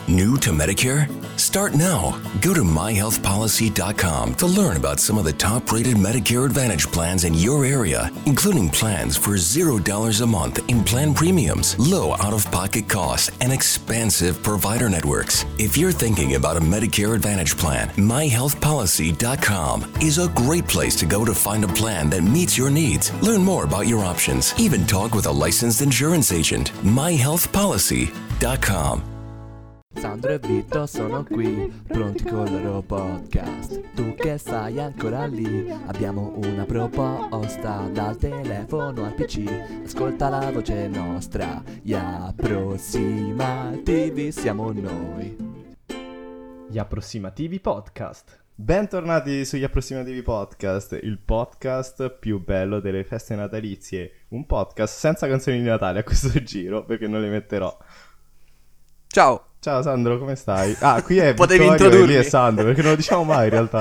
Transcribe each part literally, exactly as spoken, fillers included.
New to Medicare? Start now. Go to my health policy dot com to learn about some of the top-rated Medicare Advantage plans in your area, including plans for zero dollars a month in plan premiums, low out-of-pocket costs, and expansive provider networks. If you're thinking about a Medicare Advantage plan, my health policy dot com is a great place to go to find a plan that meets your needs. Learn more about your options. Even talk with a licensed insurance agent. my health policy dot com. Sandro e Vito sono qui, pronti con il loro podcast. Tu che sei ancora lì, abbiamo una proposta. Dal telefono al P C, ascolta la voce nostra. Gli approssimativi siamo noi. Gli approssimativi podcast. Bentornati sugli approssimativi podcast, il podcast più bello delle feste natalizie. Un podcast senza canzoni di Natale a questo giro, perché non le metterò. Ciao. Ciao Sandro, come stai? Ah, qui è Potevi Vittorio introdurmi. e lì è Sandro, perché non lo diciamo mai in realtà.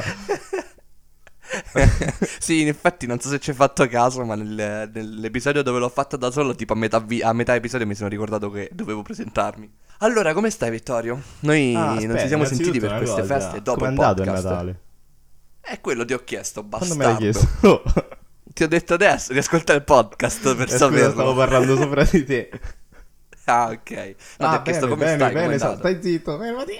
Sì, in effetti non so se ci hai fatto caso, ma nel- nell'episodio dove l'ho fatta da solo, tipo a metà, vi- a metà episodio mi sono ricordato che dovevo presentarmi. Allora, come stai, Vittorio? Noi Ah, non aspetta, ci siamo sentiti innanzitutto per una queste cosa. feste dopo Com'è il andato il podcast. Natale? È quello ti ho chiesto, Quando bastardo. me l'hai chiesto? Ti ho detto adesso di ascoltare il podcast per Eh, scusa, saperlo. stavo parlando sopra di te. Ah, ok. No, ti Ah, ho chiesto bene, come bene, stai, bene, come è so- andato? stai zitto, fermati.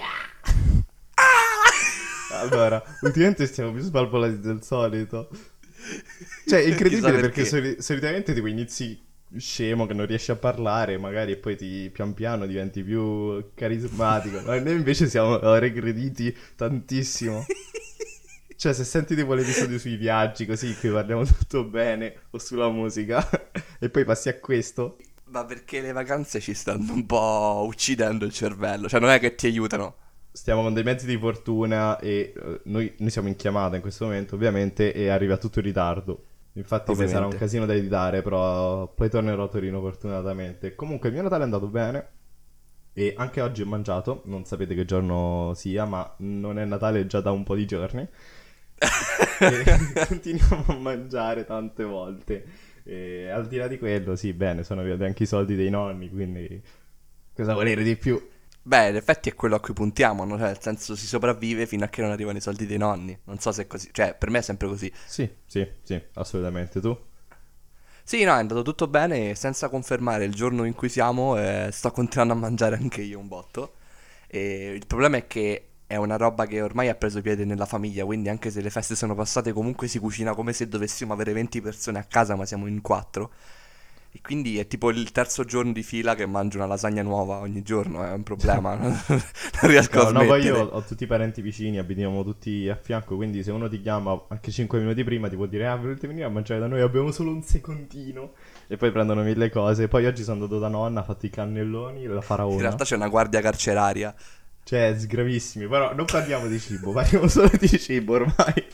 Allora, ultimamente stiamo più sbalbolati del solito. Cioè, è incredibile Chissà perché, perché. soli- solitamente tipo inizi scemo che non riesci a parlare, magari, e poi ti, pian piano diventi più carismatico. Ma noi invece siamo regrediti tantissimo. Cioè, se senti tipo l'episodio sui viaggi, così, in cui parliamo tutto bene, o sulla musica, e poi passi a questo... Ma perché le vacanze ci stanno un po' uccidendo il cervello. Cioè, non è che ti aiutano. Stiamo con dei mezzi di fortuna e eh, noi, noi siamo in chiamata in questo momento, ovviamente, e arriva tutto in ritardo. Infatti poi sarà un Ovviamente. casino da editare, però poi tornerò a Torino fortunatamente. Comunque il mio Natale è andato bene e anche oggi ho mangiato, non sapete che giorno sia, ma non è Natale già da un po' di giorni. E continuiamo a mangiare tante volte. E al di là di quello, sì, bene, sono arrivati anche i soldi dei nonni, quindi cosa volere di più? Beh, in effetti è quello a cui puntiamo, no? Cioè, nel senso si sopravvive fino a che non arrivano i soldi dei nonni. Non so se è così. Cioè, per me è sempre così. Sì, sì, sì, assolutamente. Tu? Sì, no, è andato tutto bene e senza confermare il giorno in cui siamo, eh, sto continuando a mangiare anche io un botto. E il problema è che è una roba che ormai ha preso piede nella famiglia, quindi anche se le feste sono passate comunque si cucina come se dovessimo avere venti persone a casa, ma siamo in quattro. E quindi è tipo il terzo giorno di fila che mangio una lasagna nuova ogni giorno, è un problema, non non riesco a No, no, poi smettere. io ho tutti i parenti vicini, abitiamo tutti a fianco, quindi se uno ti chiama anche cinque minuti prima ti può dire ah, volete venire a mangiare da noi, abbiamo solo un secondino. E poi prendono mille cose. Poi oggi sono andato da nonna, ha fatto i cannelloni, la In faraona. realtà c'è una guardia carceraria. Cioè, sgravissimi, però non parliamo di cibo, parliamo solo di cibo ormai.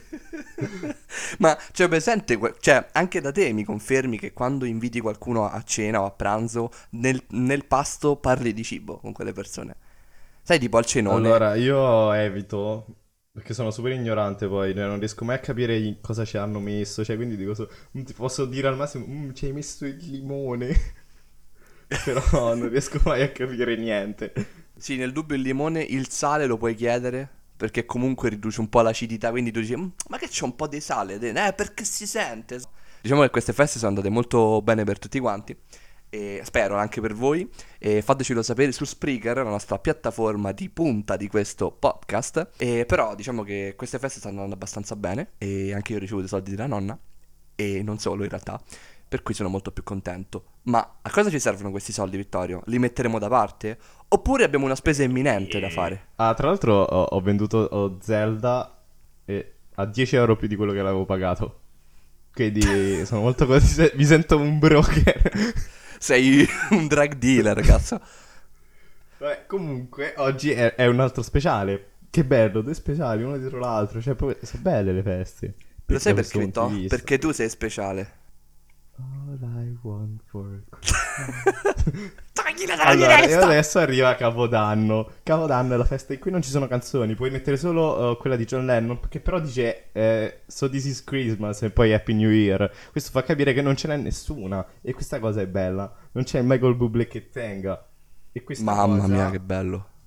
Ma c'è presente, que- cioè anche da te mi confermi che quando inviti qualcuno a cena o a pranzo, nel, nel pasto parli di cibo con quelle persone? Sai, tipo al cenone. Allora, io evito, perché sono super ignorante poi, non riesco mai a capire i- cosa ci hanno messo, cioè quindi dico, so- mm, ti posso dire al massimo, "Mm, ci hai messo il limone", però non riesco mai a capire niente. Sì, nel dubbio il limone, il sale lo puoi chiedere, perché comunque riduce un po' l'acidità, quindi tu dici, "Mm, ma che c'è un po' di sale? de- Eh, perché si sente?" Diciamo che queste feste sono andate molto bene per tutti quanti, e spero anche per voi, e fatecelo sapere su Spreaker, la nostra piattaforma di punta di questo podcast. E però diciamo che queste feste stanno andando abbastanza bene, e anche io ho ricevuto i soldi della nonna, e non solo in realtà, per cui sono molto più contento. Ma a cosa ci servono questi soldi, Vittorio? Li metteremo da parte? Oppure abbiamo una spesa imminente da fare? Ah, tra l'altro ho, ho venduto ho Zelda e a dieci euro più di quello che l'avevo pagato. Quindi sono molto così, mi sento un broker. Sei un drug dealer, ragazzo. Vabbè, comunque, oggi è, è un altro speciale. Che bello, due speciali, uno dietro l'altro. Cioè, proprio, sono belle le feste. Lo sai Da perché, questo punto Vittorio? di vista. Perché tu sei speciale. All I want for Togli la Allora, e adesso arriva Capodanno. Capodanno è la festa in cui non ci sono canzoni. Puoi mettere solo uh, quella di John Lennon, che però dice eh, So This Is Christmas e poi Happy New Year. Questo fa capire che non ce n'è nessuna. E questa cosa è bella. Non c'è Michael Bublé che tenga. E questa Mamma cosa mia, che bello.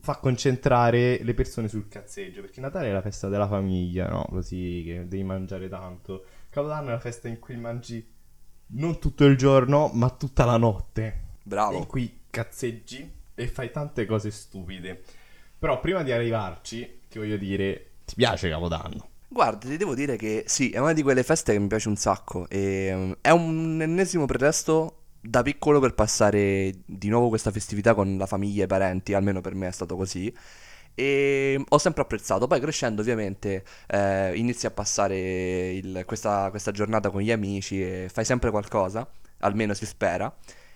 fa concentrare le persone sul cazzeggio, perché Natale è la festa della famiglia, no? Così che devi mangiare tanto. Capodanno è la festa in cui mangi non tutto il giorno, ma tutta la notte. Bravo. In cui cazzeggi e fai tante cose stupide. Però prima di arrivarci, ti voglio dire, ti piace Capodanno? Guarda, ti devo dire che sì, è una di quelle feste che mi piace un sacco e um, è un ennesimo pretesto da piccolo per passare di nuovo questa festività con la famiglia e i parenti, almeno per me è stato così. E ho sempre apprezzato. Poi crescendo ovviamente eh, inizi a passare il- questa, questa giornata con gli amici e fai sempre qualcosa, almeno si spera.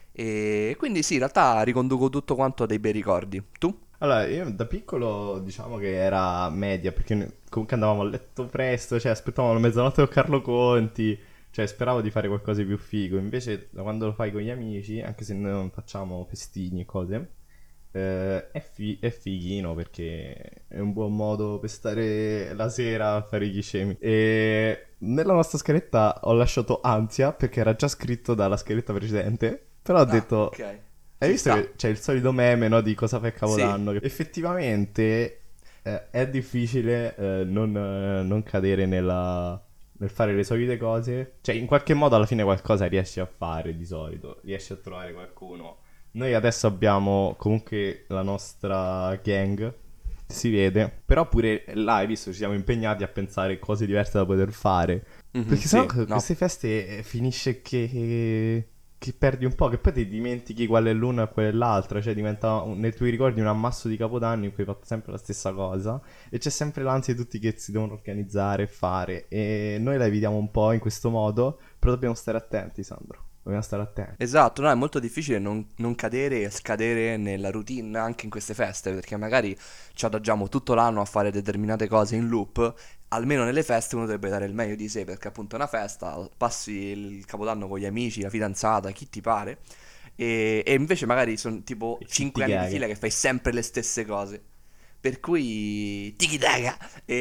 E quindi sì, in realtà riconduco tutto quanto a dei bei ricordi. Tu? Allora, io da piccolo diciamo che era media, perché noi comunque andavamo a letto presto, cioè aspettavamo la mezzanotte con Carlo Conti, cioè speravo di fare qualcosa di più figo. Invece da quando lo fai con gli amici, anche se noi non facciamo festini e cose, eh, è, fi- è fighino perché è un buon modo per stare la sera a fare gli scemi. E nella nostra scaletta ho lasciato ansia perché era già scritto dalla scaletta precedente, però ho Ah, detto... ok. Hai Ci visto sta. che c'è il solito meme, no, di cosa fai a Sì. Capodanno? Che effettivamente eh, è difficile eh, non, eh, non cadere nella, nel fare le solite cose. Cioè, in qualche modo alla fine qualcosa riesci a fare di solito, riesci a trovare qualcuno. Noi adesso abbiamo comunque la nostra gang, si vede, però pure là, hai visto, ci siamo impegnati a pensare cose diverse da poter fare. Mhm, Perché sennò sì, con no. queste feste eh, finisce che, che perdi un po', che poi ti dimentichi qual è l'una e qual è l'altra, cioè diventa un- nei tuoi ricordi un ammasso di Capodanno in cui hai fatto sempre la stessa cosa e c'è sempre l'ansia di tutti che si devono organizzare e fare e noi la evitiamo un po' in questo modo, però dobbiamo stare attenti, Sandro, dobbiamo stare attenti. Esatto, no, è molto difficile non, non cadere e scadere nella routine anche in queste feste, perché magari ci adagiamo tutto l'anno a fare determinate cose in loop, almeno nelle feste uno dovrebbe dare il meglio di sé, perché appunto è una festa, passi il capodanno con gli amici, la fidanzata, chi ti pare, e, e invece magari sono tipo E chi ti cinque anni di caga? fila che fai sempre le stesse cose. Per cui tiki taka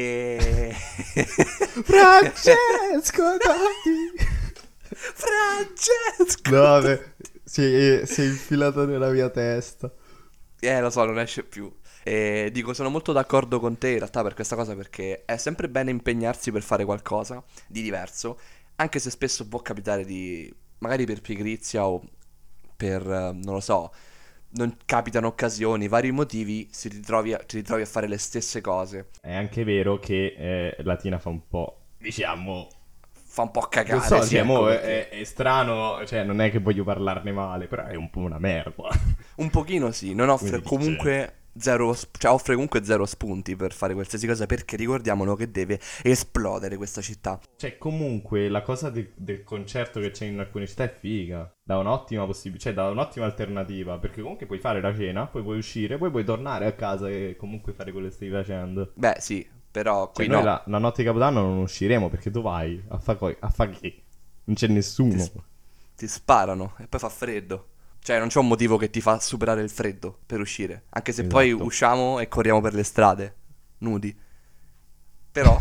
e Francesco Totti! Francesco. No, vabbè, si si è infilato nella mia testa. Eh, lo so, non esce più. E dico, sono molto d'accordo con te in realtà per questa cosa perché è sempre bene impegnarsi per fare qualcosa di diverso, anche se spesso può capitare di, magari per pigrizia o per, eh, non lo so, non capitano occasioni, vari motivi, si ritrovi a, ti ritrovi a fare le stesse cose. È anche vero che eh, Latina fa un po', diciamo, Fa un po' non cagare, so, sì, cioè, ecco mo è, perché. è strano, cioè, non è che voglio parlarne male, però è un po' una merda. Un pochino sì, non Come offre si dice? comunque zero, sp- cioè offre comunque zero spunti per fare qualsiasi cosa perché ricordiamolo che deve esplodere questa città. Cioè, comunque, la cosa de- del concerto che c'è in alcune città è figa. Dà un'ottima possibilità, cioè, dà un'ottima alternativa. Perché comunque puoi fare la cena, poi puoi uscire, poi puoi tornare a casa e comunque fare quello che stai facendo. Beh, sì, però Cioè, qui noi no. la, la notte di Capodanno non usciremo perché tu vai a fa, coi- a fa che? Non c'è Ti, nessuno. s- ti sparano e poi fa freddo. Cioè, non c'è un motivo che ti fa superare il freddo per uscire. Anche se poi Esatto. usciamo e corriamo per le strade, nudi. Però,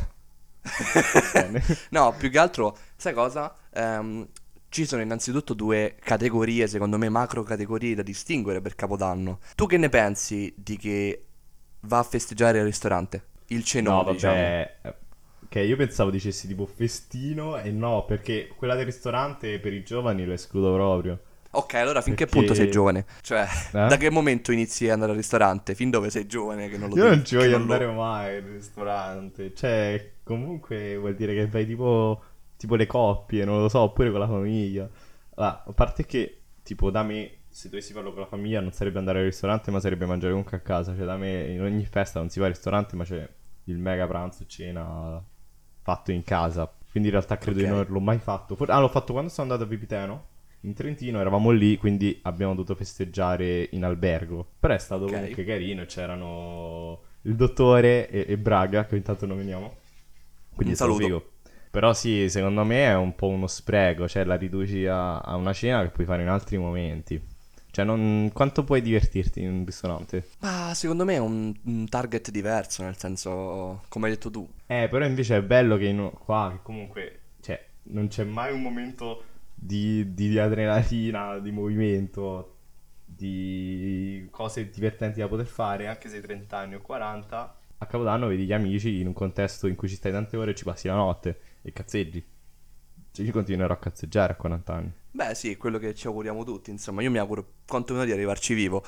Bene. no, più che altro, sai cosa? Ehm, ci sono innanzitutto due categorie, secondo me, macro categorie da distinguere per Capodanno. Tu che ne pensi di che va a festeggiare al ristorante? Il No, cenone, diciamo. vabbè. eh, Che io pensavo dicessi tipo festino e no, perché quella del ristorante per i giovani lo escludo proprio. Ok, allora fin che punto sei Perché... giovane? Cioè, Eh? da che momento inizi ad andare al ristorante? Fin dove sei giovane che non lo Io devi, non ci che voglio non andare lo... mai al ristorante. Cioè, comunque vuol dire che vai tipo, tipo le coppie, non lo so, oppure con la famiglia. Allora, a parte che, tipo, da me, se dovessi farlo con la famiglia, non sarebbe andare al ristorante, ma sarebbe mangiare comunque a casa. Cioè, da me, in ogni festa non si va al ristorante, ma c'è il mega pranzo, cena fatto in casa. Quindi in realtà credo di non Ok, averlo mai fatto. For- ah, l'ho fatto quando sono andato a Vipiteno. In Trentino eravamo lì, quindi abbiamo dovuto festeggiare in albergo. Però è stato ok. comunque carino. C'erano il dottore e, e Braga, che intanto nominiamo. Quindi Un è stato saluto. figo. Però sì, secondo me è un po' uno spreco. Cioè, la riduci a, a una cena che puoi fare in altri momenti. Cioè, non... quanto puoi divertirti in un ristorante? Ma secondo me è un, un target diverso, nel senso, come hai detto tu. Eh, però invece è bello che in- qua, che comunque, cioè, non c'è mai un momento di, di adrenalina, di movimento. di cose divertenti da poter fare, anche se hai trenta anni o quaranta, a Capodanno vedi gli amici in un contesto in cui ci stai tante ore e ci passi la notte e cazzeggi. Cioè, io continuerò a cazzeggiare a quaranta anni. Beh, sì, è quello che ci auguriamo tutti, insomma, io mi auguro quantomeno di arrivarci vivo.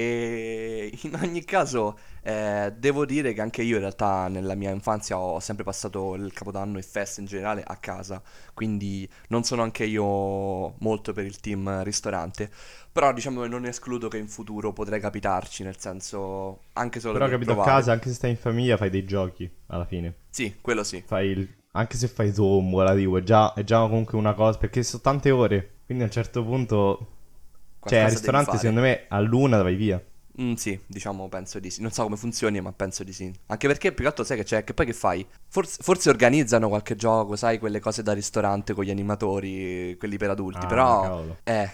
E in ogni caso, eh, devo dire che anche io in realtà nella mia infanzia ho sempre passato il Capodanno e feste in generale a casa, quindi non sono anche io molto per il team ristorante, però diciamo che non escludo che in futuro potrei capitarci, nel senso, anche solo Però per capito, a provare. casa, anche se stai in famiglia, fai dei giochi alla fine. Sì, quello sì. Fai il... Anche se fai tombola, dico, è già, è già comunque una cosa, perché sono tante ore. Quindi a un certo punto, cioè al Qualcosa devi ristorante fare. secondo me all'una vai via. Mm, sì, diciamo, penso di sì. Non so come funzioni, ma penso di sì. Anche perché più che altro sai che c'è, che poi che fai? Forse, forse organizzano qualche gioco, sai, quelle cose da ristorante con gli animatori, quelli per adulti, Ah, però... cavolo. Eh,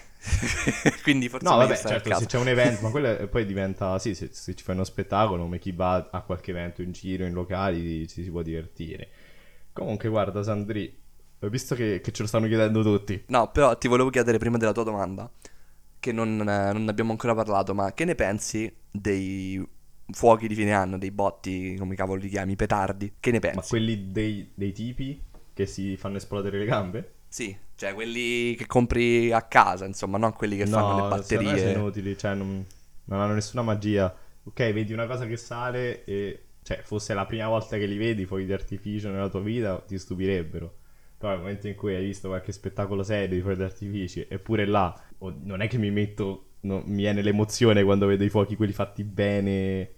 quindi forse è No, meglio vabbè, stare a certo, se casa. c'è un evento, ma quello è- poi diventa, sì, se, se ci fai uno spettacolo, come chi va a qualche evento in giro, in locali, ci si può divertire. Comunque, guarda, Sandri, ho visto che, che ce lo stanno chiedendo tutti. No, però ti volevo chiedere prima della tua domanda, che non, eh, non ne abbiamo ancora parlato, ma che ne pensi dei fuochi di fine anno, dei botti, come cavolo li chiami, petardi? Che ne Ma pensi? quelli dei, dei tipi che si fanno esplodere le gambe? Sì, cioè quelli che compri a casa, insomma, non quelli che fanno le No, secondo me sono batterie. inutili, cioè non, non hanno nessuna magia. Ok, vedi una cosa che sale e, cioè, fosse la prima volta che li vedi, fuochi d'artificio nella tua vita, ti stupirebbero. Però nel momento in cui hai visto qualche spettacolo serio di fuochi d'artificio, eppure là, oh, non è che mi metto, no, mi viene l'emozione quando vedo i fuochi quelli fatti bene.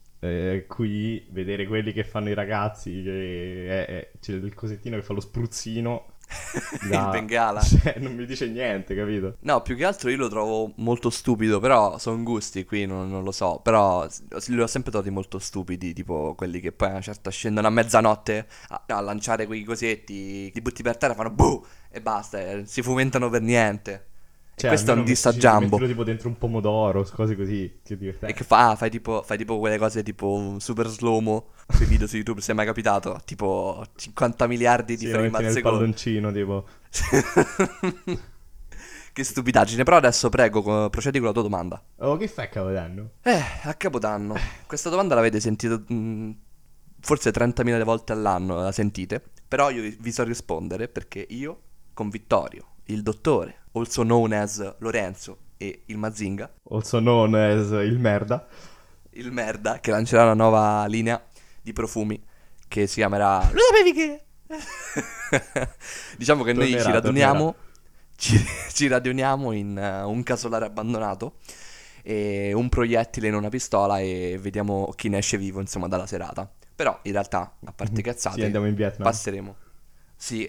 Eh, qui vedere quelli che fanno i ragazzi, che è- è- c'è il cosettino che fa lo spruzzino, mi Il dà, Bengala. cioè, non mi dice niente, capito? No, più che altro io lo trovo molto stupido, però sono gusti qui, non, non lo so. Però s- li ho sempre trovati molto stupidi, tipo quelli che poi a una certa scendono a mezzanotte a, a lanciare quei cosetti, li butti per terra, fanno buh e basta, e si fomentano per niente. E Cioè, questo è un almeno diss a mettici, Jumbo. mettilo tipo dentro un pomodoro, cose così, che E che divertente. fa? Ah, fai tipo, fai tipo quelle cose tipo un super slow-mo, quei video su YouTube, se è mai capitato? Tipo cinquanta miliardi di Sì, lo frame metti al nel secondo. palloncino, tipo. Che stupidaggine, però adesso prego, co- procedi con la tua domanda. Oh, che fai a Capodanno? Eh, a Capodanno. Questa domanda l'avete sentita mh, forse trentamila volte all'anno, la sentite, però io vi vi so rispondere perché io, con Vittorio, il dottore, also known as Lorenzo e il Mazinga, Also known as il merda. il merda, che lancerà una nuova linea di profumi che si chiamerà... Lo sapevi che? Diciamo che noi ci Tornerà, tornerà. raduniamo, ci, ci raduniamo in eh, un casolare abbandonato e un proiettile in una pistola e vediamo chi ne esce vivo, insomma, dalla serata. Però, in realtà, a parte Sì, cazzate, andiamo in Vietnam. passeremo... Sì.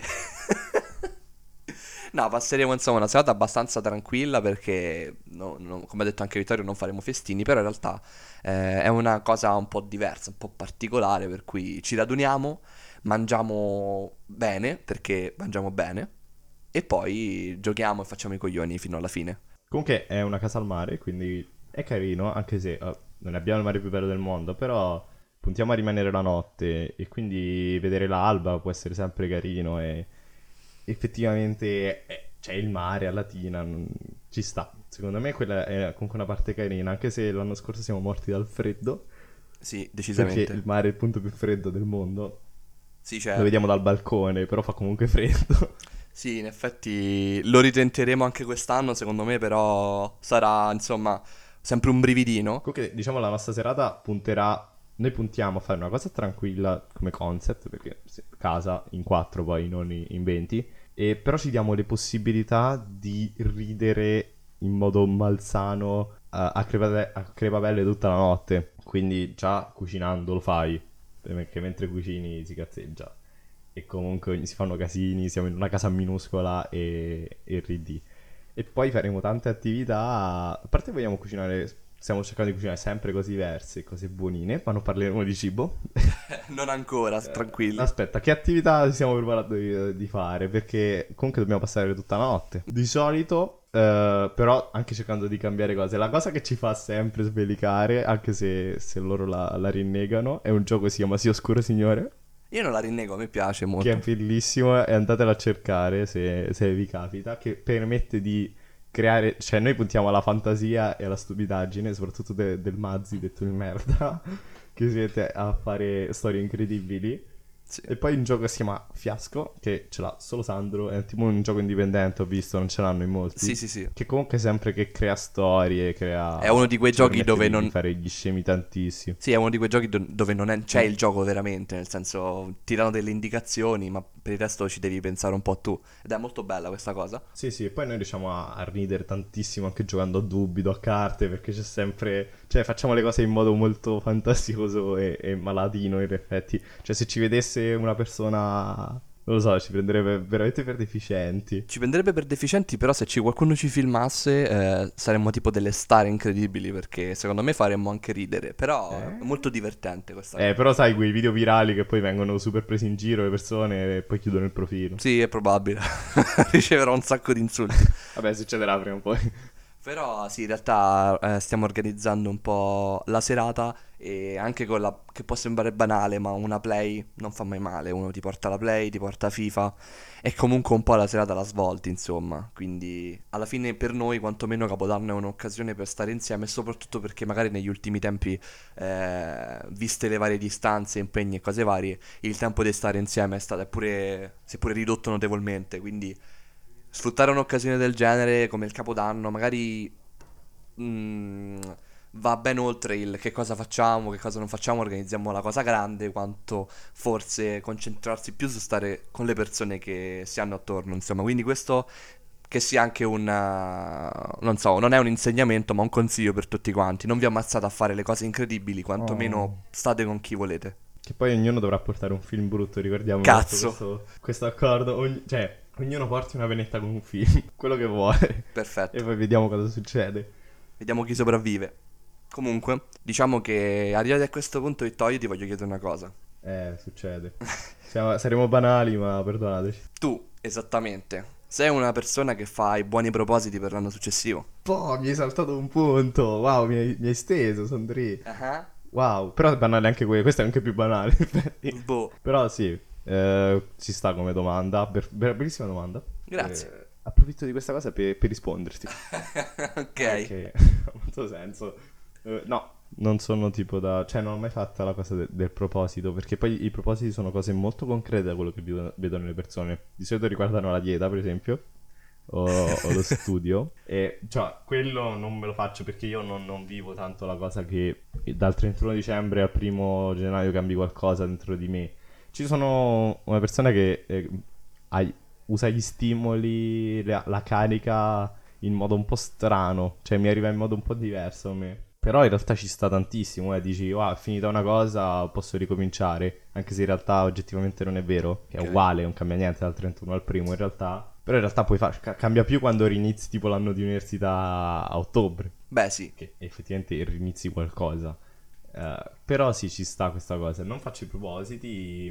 No, passeremo insomma una serata abbastanza tranquilla perché, no- no- come ha detto anche Vittorio, non faremo festini, però in realtà eh, è una cosa un po' diversa, un po' particolare, per cui ci raduniamo, mangiamo bene, perché mangiamo bene, e poi giochiamo e facciamo i coglioni fino alla fine. Comunque è una casa al mare, quindi è carino, anche se eh, non abbiamo il mare più bello del mondo, però puntiamo a rimanere la notte e quindi vedere l'alba può essere sempre carino e effettivamente eh, c'è il mare a Latina, non- ci sta. Secondo me quella è comunque una parte carina, anche se l'anno scorso siamo morti dal freddo, Sì, perché decisamente. il mare è il punto più freddo del mondo. Sì, Lo cioè, vediamo dal balcone, però fa comunque freddo. sì, in effetti lo ritenteremo anche quest'anno, secondo me, però sarà, insomma, sempre un brividino. Comunque, diciamo, la nostra serata punterà. Noi puntiamo a fare una cosa tranquilla come concept, perché sì, casa in quattro poi, non in in venti. E però ci diamo le possibilità di ridere in modo malsano a, a, crepate- a crepapelle tutta la notte. Quindi già cucinando lo fai, perché mentre cucini si cazzeggia. E comunque si fanno casini, siamo in una casa minuscola e, e ridi. E poi faremo tante attività. A parte vogliamo cucinare, stiamo cercando di cucinare sempre cose diverse, cose buonine, ma non parleremo di cibo. Non ancora, Eh, tranquilli. Aspetta, che attività stiamo preparando di, di fare? Perché comunque dobbiamo passare tutta la notte. Di solito, eh, però, anche cercando di cambiare cose. La cosa che ci fa sempre sbelicare, anche se, se loro la, la rinnegano, è un gioco che si chiama Sì Oscuro Signore, Io non la rinnego, mi piace che è molto. bellissimo e andatelo a cercare se, se vi capita, che permette di creare, cioè noi puntiamo alla fantasia e alla stupidaggine, soprattutto de- del Mazzi, detto il merda, che siete a fare storie incredibili. Sì. E poi un gioco che si chiama Fiasco, che ce l'ha solo Sandro, è tipo un gioco indipendente, ho visto, non ce l'hanno in molti. Sì, sì, sì. Che comunque sempre che crea storie, crea... È uno di quei ci giochi permette dove di, non- di fare gli scemi tantissimo. Sì, è uno di quei giochi do- dove non è- c'è il gioco veramente, nel senso ti danno delle indicazioni, ma per il resto ci devi pensare un po' tu. Ed è molto bella questa cosa. Sì, sì, e poi noi riusciamo a, a ridere tantissimo anche giocando a dubito, a carte, perché c'è sempre... Cioè, facciamo le cose in modo molto fantasioso e, e maladino, in effetti. Cioè, se ci vedesse una persona... Non lo so, ci prenderebbe veramente per deficienti. Ci prenderebbe per deficienti, però se ci, qualcuno ci filmasse eh, saremmo tipo delle star incredibili, perché secondo me faremmo anche ridere. Però Eh? è molto divertente questa Eh, cosa. però sai, quei video virali che poi vengono super presi in giro le persone e poi chiudono il profilo. Sì, è probabile. Riceverò un sacco di insulti. Vabbè, succederà prima o poi. Però sì, in realtà eh, stiamo organizzando un po' la serata e anche con la... che può sembrare banale, ma una play non fa mai male. Uno ti porta la play, ti porta FIFA e comunque un po' la serata la svolti, insomma. Quindi alla fine per noi quantomeno Capodanno è un'occasione per stare insieme e soprattutto perché magari negli ultimi tempi, eh, viste le varie distanze, impegni e cose varie, il tempo di stare insieme è stato è pure, si è pure ridotto notevolmente, quindi... Sfruttare un'occasione del genere come il Capodanno, magari mm, va ben oltre il che cosa facciamo, che cosa non facciamo, organizziamo la cosa grande, quanto forse concentrarsi più su stare con le persone che si hanno attorno, insomma. Quindi questo che sia anche un, uh, non so, non è un insegnamento, ma un consiglio per tutti quanti. Non vi ammazzate a fare le cose incredibili, quantomeno Oh. state con chi volete. Che poi ognuno dovrà portare un film brutto, ricordiamo Cazzo. questo, questo accordo. Ogni- cioè, ognuno porti una pennetta con un film, quello che vuole. Perfetto. E poi vediamo cosa succede. Vediamo chi sopravvive. Comunque, diciamo che arrivati a questo punto, Vittorio, io ti voglio chiedere una cosa. Eh, succede. Siamo- saremo banali, ma perdonateci. Tu, esattamente, sei una persona che fa i buoni propositi per l'anno successivo? Boh, mi hai saltato un punto. Wow, mi hai, mi hai steso, Sandri. Ah, Wow, però è banale anche questo. Questo è anche più banale, in effetti. boh, Però sì, eh, ci sta come domanda. Per- be- bellissima domanda. grazie. Eh, approfitto di questa cosa per, per risponderti. Ok. Che ha molto senso. Eh, no, non sono tipo da... Cioè, non ho mai fatto la cosa de- del proposito, perché poi i propositi sono cose molto concrete da quello che vedo- vedono le persone. Di solito riguardano la dieta, per esempio, o, o lo studio. E, cioè, quello non me lo faccio perché io non, non vivo tanto la cosa che dal trentuno dicembre al primo gennaio cambi qualcosa dentro di me. Ci sono una persona che eh, ha- usa gli stimoli, la, la carica in modo un po' strano, cioè mi arriva in modo un po' diverso a me. Però in realtà ci sta tantissimo, eh, dici, wow, è finita una cosa, posso ricominciare, anche se in realtà oggettivamente non è vero, che è Ok. uguale, non cambia niente dal trentuno al primo in realtà. Però in realtà puoi fare, ca- cambia più quando rinizi tipo l'anno di università a ottobre, Beh, sì. che effettivamente rinizi qualcosa. Eh, però sì, ci sta questa cosa. Non faccio i propositi,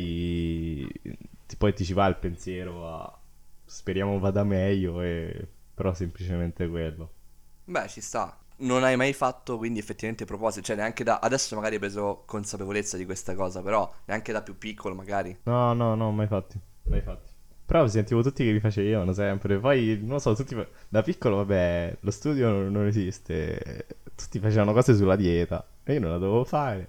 magari ti- poi ti ci va il pensiero a speriamo vada meglio, e... però semplicemente quello. Beh, ci sta. Non hai mai fatto quindi effettivamente propositi, cioè neanche da... Adesso magari hai preso consapevolezza di questa cosa, però neanche da più piccolo magari. No, no, no, mai fatti, mai fatti. Però sentivo tutti che li facevano sempre. Poi, non lo so, tutti... fa- Da piccolo, vabbè, lo studio non, non esiste. Tutti facevano cose sulla dieta. E io non la dovevo fare.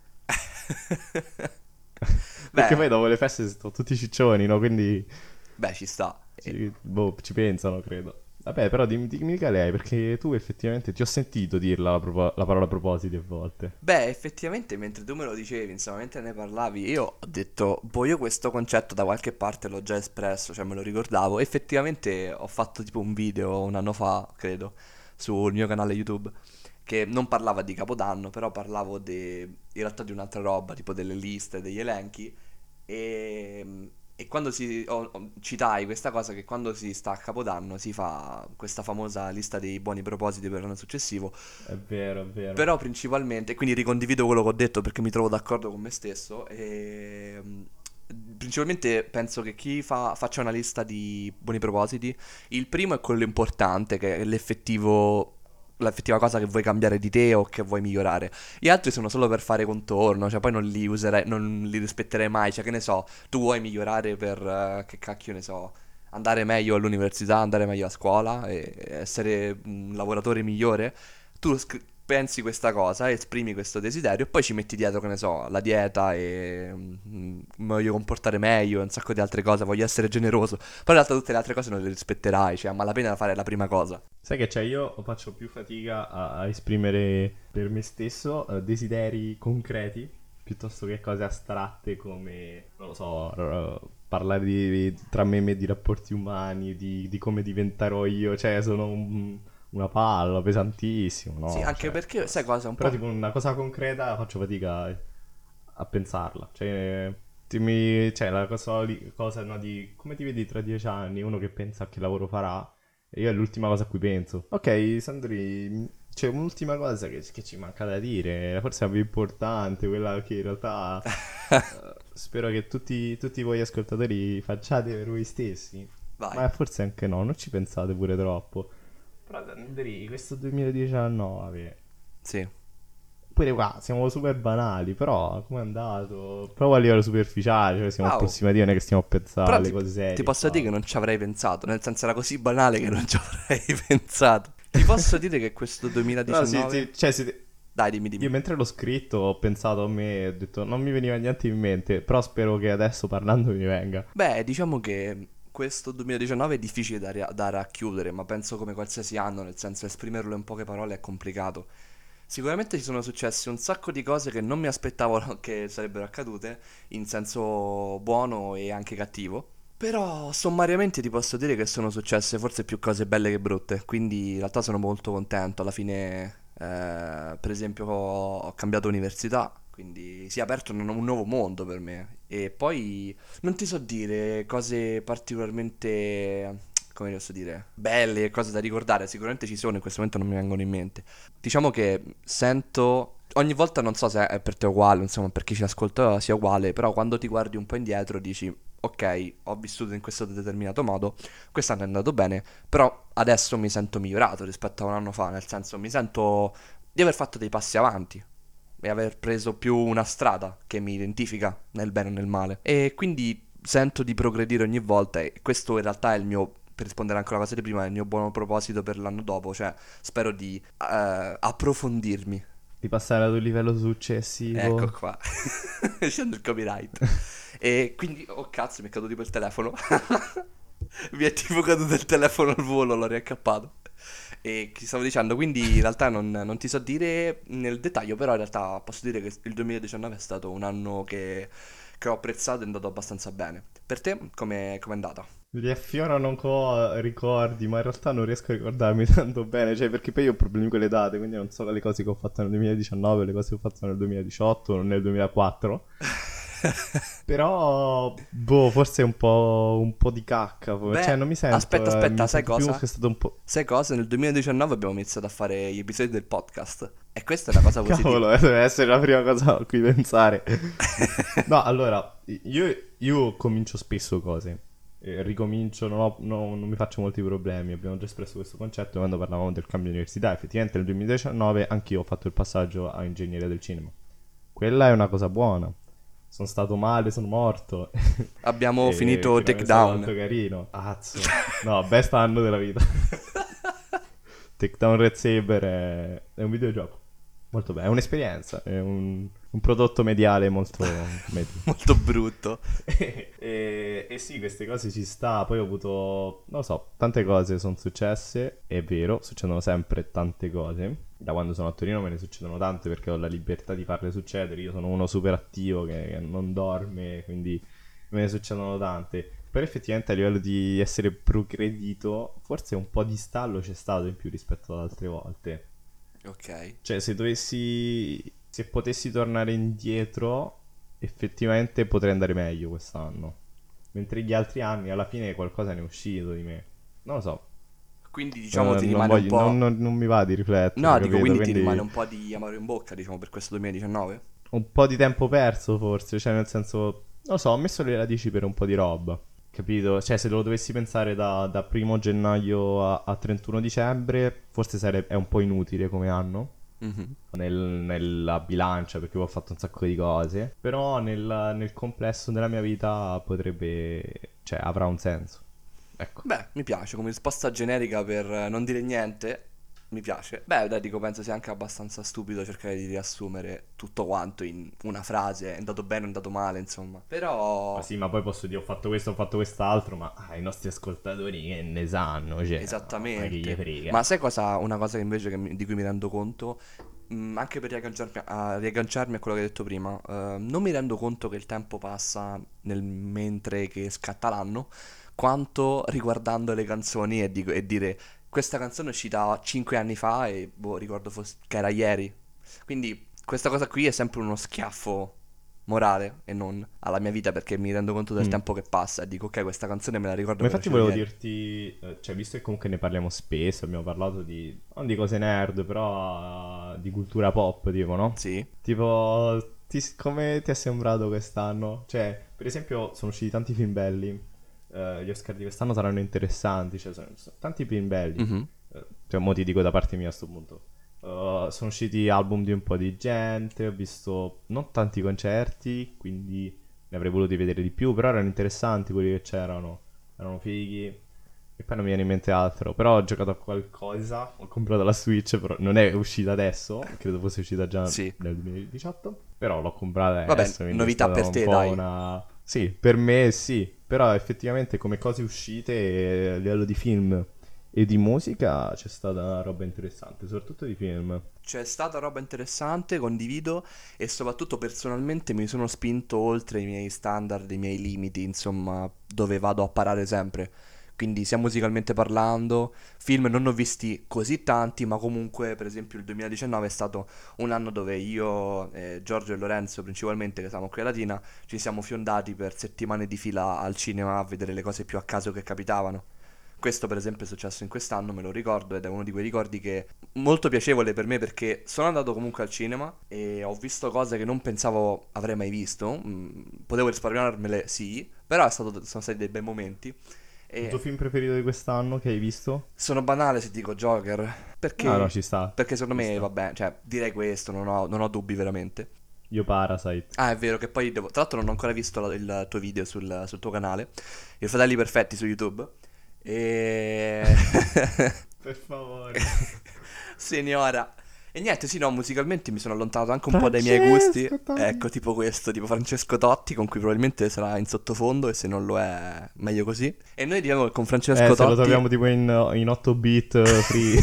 Perché Beh, poi dopo le feste sto tutti ciccioni, no? Quindi beh, ci sta. ci, boh, ci pensano, credo. Vabbè, però dimmi, dimmi mica lei, perché tu effettivamente ti ho sentito dirla la, propo- la parola propositi a volte. Beh, effettivamente mentre tu me lo dicevi, insomma, mentre ne parlavi, io ho detto, boh, io questo concetto da qualche parte l'ho già espresso, cioè me lo ricordavo. Effettivamente ho fatto tipo un video un anno fa, credo, sul mio canale YouTube, che non parlava di Capodanno, però parlavo de- in realtà di un'altra roba, tipo delle liste, degli elenchi. E, e quando si ho- ho- citai questa cosa che quando si sta a Capodanno si fa questa famosa lista dei buoni propositi per l'anno successivo. È vero, è vero. Però principalmente, quindi ricondivido quello che ho detto perché mi trovo d'accordo con me stesso. E, mm, principalmente penso che chi fa, faccia una lista di buoni propositi, il primo è quello importante, che è l'effettivo, l'effettiva cosa che vuoi cambiare di te o che vuoi migliorare. Gli altri sono solo per fare contorno, cioè poi non li userei, non li rispetterei mai. Cioè, che ne so, tu vuoi migliorare per, eh, che cacchio ne so, andare meglio all'università, andare meglio a scuola e essere un lavoratore migliore, tu scri- pensi questa cosa, esprimi questo desiderio e poi ci metti dietro, che ne so, la dieta e mm, mi voglio comportare meglio e un sacco di altre cose, voglio essere generoso. Poi in realtà tutte le altre cose non le rispetterai, cioè a malapena fare la prima cosa. Sai che c'è, io faccio più fatica a, a esprimere per me stesso eh, desideri concreti piuttosto che cose astratte come, non lo so, r- parlare di, tra me e me di rapporti umani, di, di come diventerò io, cioè sono un- una palla, pesantissimo, no? Sì, anche Cioè, perché, sai cosa, un però po'... tipo una cosa concreta faccio fatica a, a pensarla, cioè, ti mi- cioè la cosa, lì- cosa no, di come ti vedi tra dieci anni, uno che pensa a che lavoro farà, e io è l'ultima cosa a cui penso. Ok, Sandri, c'è un'ultima cosa che, che ci manca da dire, forse la più importante, quella che in realtà eh, spero che tutti, tutti voi ascoltatori facciate per voi stessi, Vai. ma forse anche no, non ci pensate pure troppo. Però Sandri, questo duemiladiciannove, Sì. pure qua siamo super banali, però come è andato? Proprio a livello superficiale, cioè siamo Wow. approssimativi, non è che stiamo a pensare Però alle ti, cose serie. ti posso dire che basta. non ci avrei pensato, nel senso era così banale che non ci avrei pensato. Ti posso dire che questo Però sì, duemiladiciannove... sì, cioè, siete- Dai, dimmi, io dimmi. mentre l'ho scritto ho pensato a me, ho detto non mi veniva niente in mente, però spero che adesso parlando mi venga. Beh, diciamo che questo duemiladiciannove è difficile da, ria- da racchiudere, ma penso come qualsiasi anno, nel senso esprimerlo in poche parole è complicato. Sicuramente ci sono successe un sacco di cose che non mi aspettavo che sarebbero accadute, in senso buono e anche cattivo. Però sommariamente ti posso dire che sono successe forse più cose belle che brutte, quindi in realtà sono molto contento. Alla fine, eh, per esempio, ho, ho cambiato università, quindi si è aperto un, un nuovo mondo per me. E poi non ti so dire cose particolarmente, come posso dire, belle, cose da ricordare, sicuramente ci sono, in questo momento non mi vengono in mente. Diciamo che sento, ogni volta non so se è per te uguale, insomma, per chi ci ascolta sia uguale, però quando ti guardi un po' indietro dici, ok, ho vissuto in questo determinato modo, quest'anno è andato bene, però adesso mi sento migliorato rispetto a un anno fa, nel senso mi sento di aver fatto dei passi avanti e aver preso più una strada che mi identifica nel bene e nel male. E quindi sento di progredire ogni volta e questo in realtà è il mio, per rispondere anche alla cosa di prima, è il mio buon proposito per l'anno dopo, cioè spero di eh, approfondirmi. Di passare ad un livello Ecco successivo. qua, scendo il copyright. E quindi, oh cazzo, mi è caduto tipo il telefono. Mi è tipo caduto il telefono al volo, l'ho riaccappato. E ti stavo dicendo, quindi in realtà non, non ti so dire nel dettaglio, però in realtà posso dire che il duemiladiciannove è stato un anno che, che ho apprezzato e è andato abbastanza bene. Per te, come è andata? Mi affiorano ancora ricordi, ma in realtà non riesco a ricordarmi tanto bene, cioè perché poi io ho problemi con le date, quindi non so le cose che ho fatto nel duemiladiciannove, le cose che ho fatto nel duemiladiciotto o nel duemilaquattro. Però, boh, forse un po', un po' di cacca, for- cioè Beh, non mi sento, aspetta, eh, aspetta, mi sai sento più che cosa? è stato un po'... Sai cosa? Nel duemiladiciannove abbiamo iniziato a fare gli episodi del podcast. E questa è una cosa positiva. Cavolo, eh, deve essere la prima cosa a cui pensare. No, allora, io, io comincio spesso cose. Eh, ricomincio, non, ho- no- non mi faccio molti problemi. Abbiamo già espresso questo concetto quando parlavamo del cambio di università. Effettivamente nel duemiladiciannove anch'io ho fatto il passaggio a ingegneria del cinema. Quella è una cosa buona. Sono stato male, sono morto. Abbiamo E finito che non è stato tanto Takedown. carino. Azzo. No, best anno della vita. Takedown Red Saber è, è un videogioco. Molto bene, è un'esperienza, è un, un prodotto mediale molto medio. Molto brutto. e, e sì, queste cose ci sta. Poi ho avuto, non lo so, tante cose sono successe. È vero, succedono sempre tante cose. Da quando sono a Torino me ne succedono tante perché ho la libertà di farle succedere. Io sono uno super attivo che, che non dorme, quindi me ne succedono tante. Però effettivamente a livello di essere progredito, forse un po' di stallo c'è stato in più rispetto ad altre volte. Ok. Cioè, se dovessi, se potessi tornare indietro, effettivamente potrei andare meglio quest'anno. Mentre gli altri anni, alla fine qualcosa ne è uscito di me. Non lo so. Quindi diciamo Eh, ti non, rimane un voglio- non- po'... non- non mi va di riflettere, No, dico, capito? quindi ti rimane Quindi un po' di amaro in bocca, diciamo, per questo duemiladiciannove? un po' di tempo perso, forse. Cioè, nel senso, non lo so, ho messo le radici per un po' di roba. Capito? Cioè, se lo dovessi pensare da, da primo gennaio a, a trentuno dicembre, forse sarebbe, è un po' inutile come anno. Mhm. nel- nella bilancia perché ho fatto un sacco di cose, però nel, nel complesso della mia vita potrebbe, cioè avrà un senso. Ecco. Beh, mi piace come risposta generica per eh, non dire niente. Mi piace. Beh, dai, dico, penso sia anche abbastanza stupido cercare di riassumere tutto quanto in una frase. È andato bene, è andato male, insomma. Però... Ma sì, ma poi posso dire ho fatto questo, ho fatto quest'altro, ma ah, i nostri ascoltatori che ne sanno, cioè, ma chi gli Esattamente. frega. Ma sai cosa? Una cosa che invece che mi- di cui mi rendo conto, mh, anche per riagganciarmi a, riagganciarmi a quello che hai detto prima, eh, non mi rendo conto che il tempo passa nel mentre che scatta l'anno, quanto riguardando le canzoni e, dico- e dire questa canzone è uscita cinque anni fa e boh, ricordo fosse- che era ieri. Quindi questa cosa qui è sempre uno schiaffo morale e non alla mia vita perché mi rendo conto del Mm. tempo che passa e dico ok, questa canzone me la ricordo Ma che infatti era uscita volevo ieri. dirti, eh, cioè visto che comunque ne parliamo spesso, abbiamo parlato di, non di cose nerd, però eh, di cultura pop, tipo, no? Sì. Tipo, ti- come ti è sembrato quest'anno? Cioè, per esempio, sono usciti tanti film belli, eh, gli Oscar di quest'anno saranno interessanti, cioè sono, sono tanti film belli. Mhm. Eh, cioè, mo ti dico da parte mia a sto punto. Uh, sono usciti album di un po' di gente, ho visto non tanti concerti, quindi ne avrei voluti vedere di più, però erano interessanti quelli che c'erano, erano fighi. E poi non mi viene in mente altro, però ho giocato a qualcosa, ho comprato la Switch, però non è uscita adesso, credo fosse uscita già Sì. nel duemiladiciotto, però l'ho comprata Vabbè, adesso, quindi è novità stata per un te, po' dai. una... Sì, per me sì, però effettivamente come cose uscite eh, a livello di film e di musica c'è stata roba interessante, soprattutto di film. C'è stata roba interessante, condivido, e soprattutto personalmente mi sono spinto oltre i miei standard, i miei limiti, insomma, dove vado a parare sempre. Quindi sia musicalmente parlando, film non ne ho visti così tanti, ma comunque per esempio il duemiladiciannove è stato un anno dove io, eh, Giorgio e Lorenzo principalmente, che siamo qui a Latina, ci siamo fiondati per settimane di fila al cinema a vedere le cose più a caso che capitavano. Questo per esempio è successo in quest'anno, me lo ricordo ed è uno di quei ricordi che è molto piacevole per me perché sono andato comunque al cinema e ho visto cose che non pensavo avrei mai visto. Mm, potevo risparmiarmele, sì, però è stato- sono stati dei bei momenti. Il tuo E film preferito di quest'anno che hai visto? sono banale se dico Joker, perché, Ah no, ci sta. perché secondo Ci me, sta. vabbè, cioè direi questo, non ho, non ho dubbi veramente. Io Parasite. Ah, è vero che poi devo... Tra l'altro non ho ancora visto la- il tuo video sul, sul tuo canale, I Fratelli Perfetti su YouTube. E... Per favore. Signora. E niente, sì, no, musicalmente mi sono allontanato anche un po' dai miei gusti. Francesco Totti. Ecco, tipo questo, tipo Francesco Totti, con cui probabilmente sarà in sottofondo e se non lo è, meglio così. E noi diciamo che con Francesco Eh, se Totti... lo troviamo tipo in, in otto bit eh, free.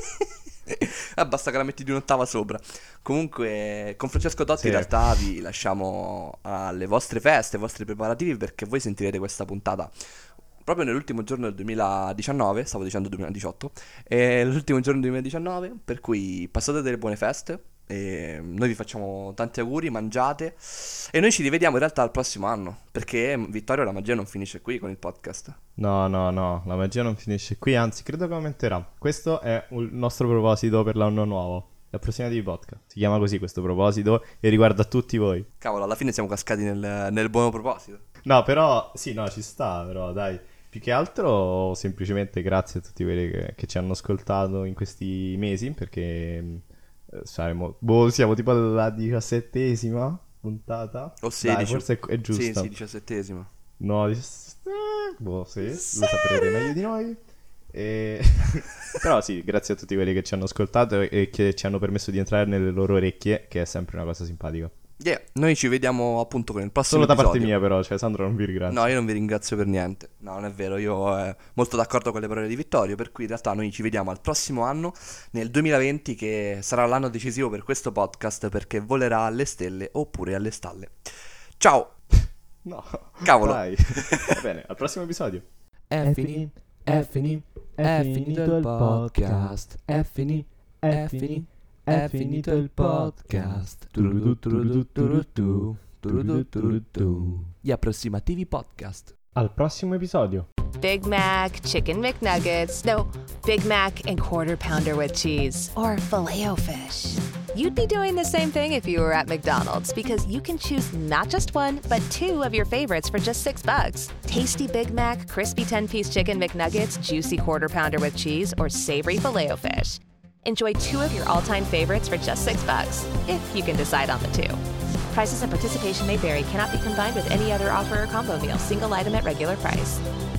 Ah, basta che la metti di un'ottava sopra. Comunque, con Francesco Totti Sì. in realtà vi lasciamo alle vostre feste, ai vostri preparativi, perché voi sentirete questa puntata proprio nell'ultimo giorno del duemiladiciannove, stavo dicendo duemiladiciotto, e l'ultimo giorno del duemiladiciannove, per cui passate delle buone feste, e noi vi facciamo tanti auguri, mangiate, e noi ci rivediamo in realtà al prossimo anno, perché Vittorio, la magia non finisce qui con il podcast. No, no, no, la magia non finisce qui, anzi credo che aumenterà. Questo è il nostro proposito per l'anno nuovo. La prossima di podcast. Si chiama così questo proposito e riguarda tutti voi. Cavolo, alla fine siamo cascati nel, nel buono proposito. No, però, sì, no, ci sta, però dai. Più che altro, semplicemente grazie a tutti quelli che, che ci hanno ascoltato in questi mesi, perché eh, saremo, boh, siamo tipo alla diciassettesima puntata. O sedici. Dai, forse è, è giusta. Sì, sì, diciassettesimo. No, diciassette, boh, sì, lo saprete meglio di noi. E... Però sì, grazie a tutti quelli che ci hanno ascoltato e che ci hanno permesso di entrare nelle loro orecchie, che è sempre una cosa simpatica. Yeah, noi ci vediamo appunto con il prossimo Solo da parte episodio. mia però, cioè Sandro non vi ringrazio. No, io non vi ringrazio per niente. No, non è vero, io eh, molto d'accordo con le parole di Vittorio, per cui in realtà noi ci vediamo al prossimo anno, nel duemilaventi, che sarà l'anno decisivo per questo podcast, perché volerà alle stelle oppure alle stalle. Ciao! No, Cavolo. dai. Va bene, al prossimo episodio. È finito, è finito, è finito il podcast. È finito, è finito, è finito il podcast. Turudu, turudu, turudu, turudu, turudu. Gli approssimativi podcast. Al prossimo episodio. Big Mac, Chicken McNuggets, no, Big Mac and Quarter Pounder with cheese, or Filet-O-Fish. You'd be doing the same thing if you were at McDonald's, because you can choose not just one, but two of your favorites for just six bucks. Tasty Big Mac, crispy ten-piece Chicken McNuggets, juicy Quarter Pounder with cheese, or savory Filet-O-Fish. Enjoy two of your all-time favorites for just six bucks, if you can decide on the two. Prices and participation may vary, cannot be combined with any other offer or combo meal, single item at regular price.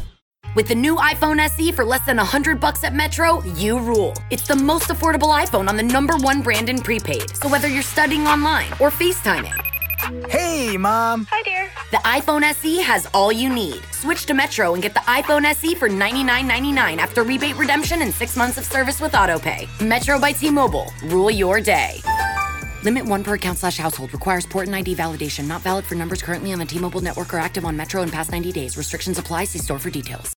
With the new iPhone S E for less than one hundred bucks at Metro, you rule. It's the most affordable iPhone on the number one brand in prepaid. So whether you're studying online or FaceTiming. Hey, Mom. Hi, dear. The iPhone S E has all you need. Switch to Metro and get the iPhone S E for ninety-nine ninety-nine after rebate redemption and six months of service with AutoPay. Metro by T-Mobile. Rule your day. Limit one per account slash household. Requires port and I D validation. Not valid for numbers currently on the T-Mobile network or active on Metro in past ninety days. Restrictions apply. See store for details.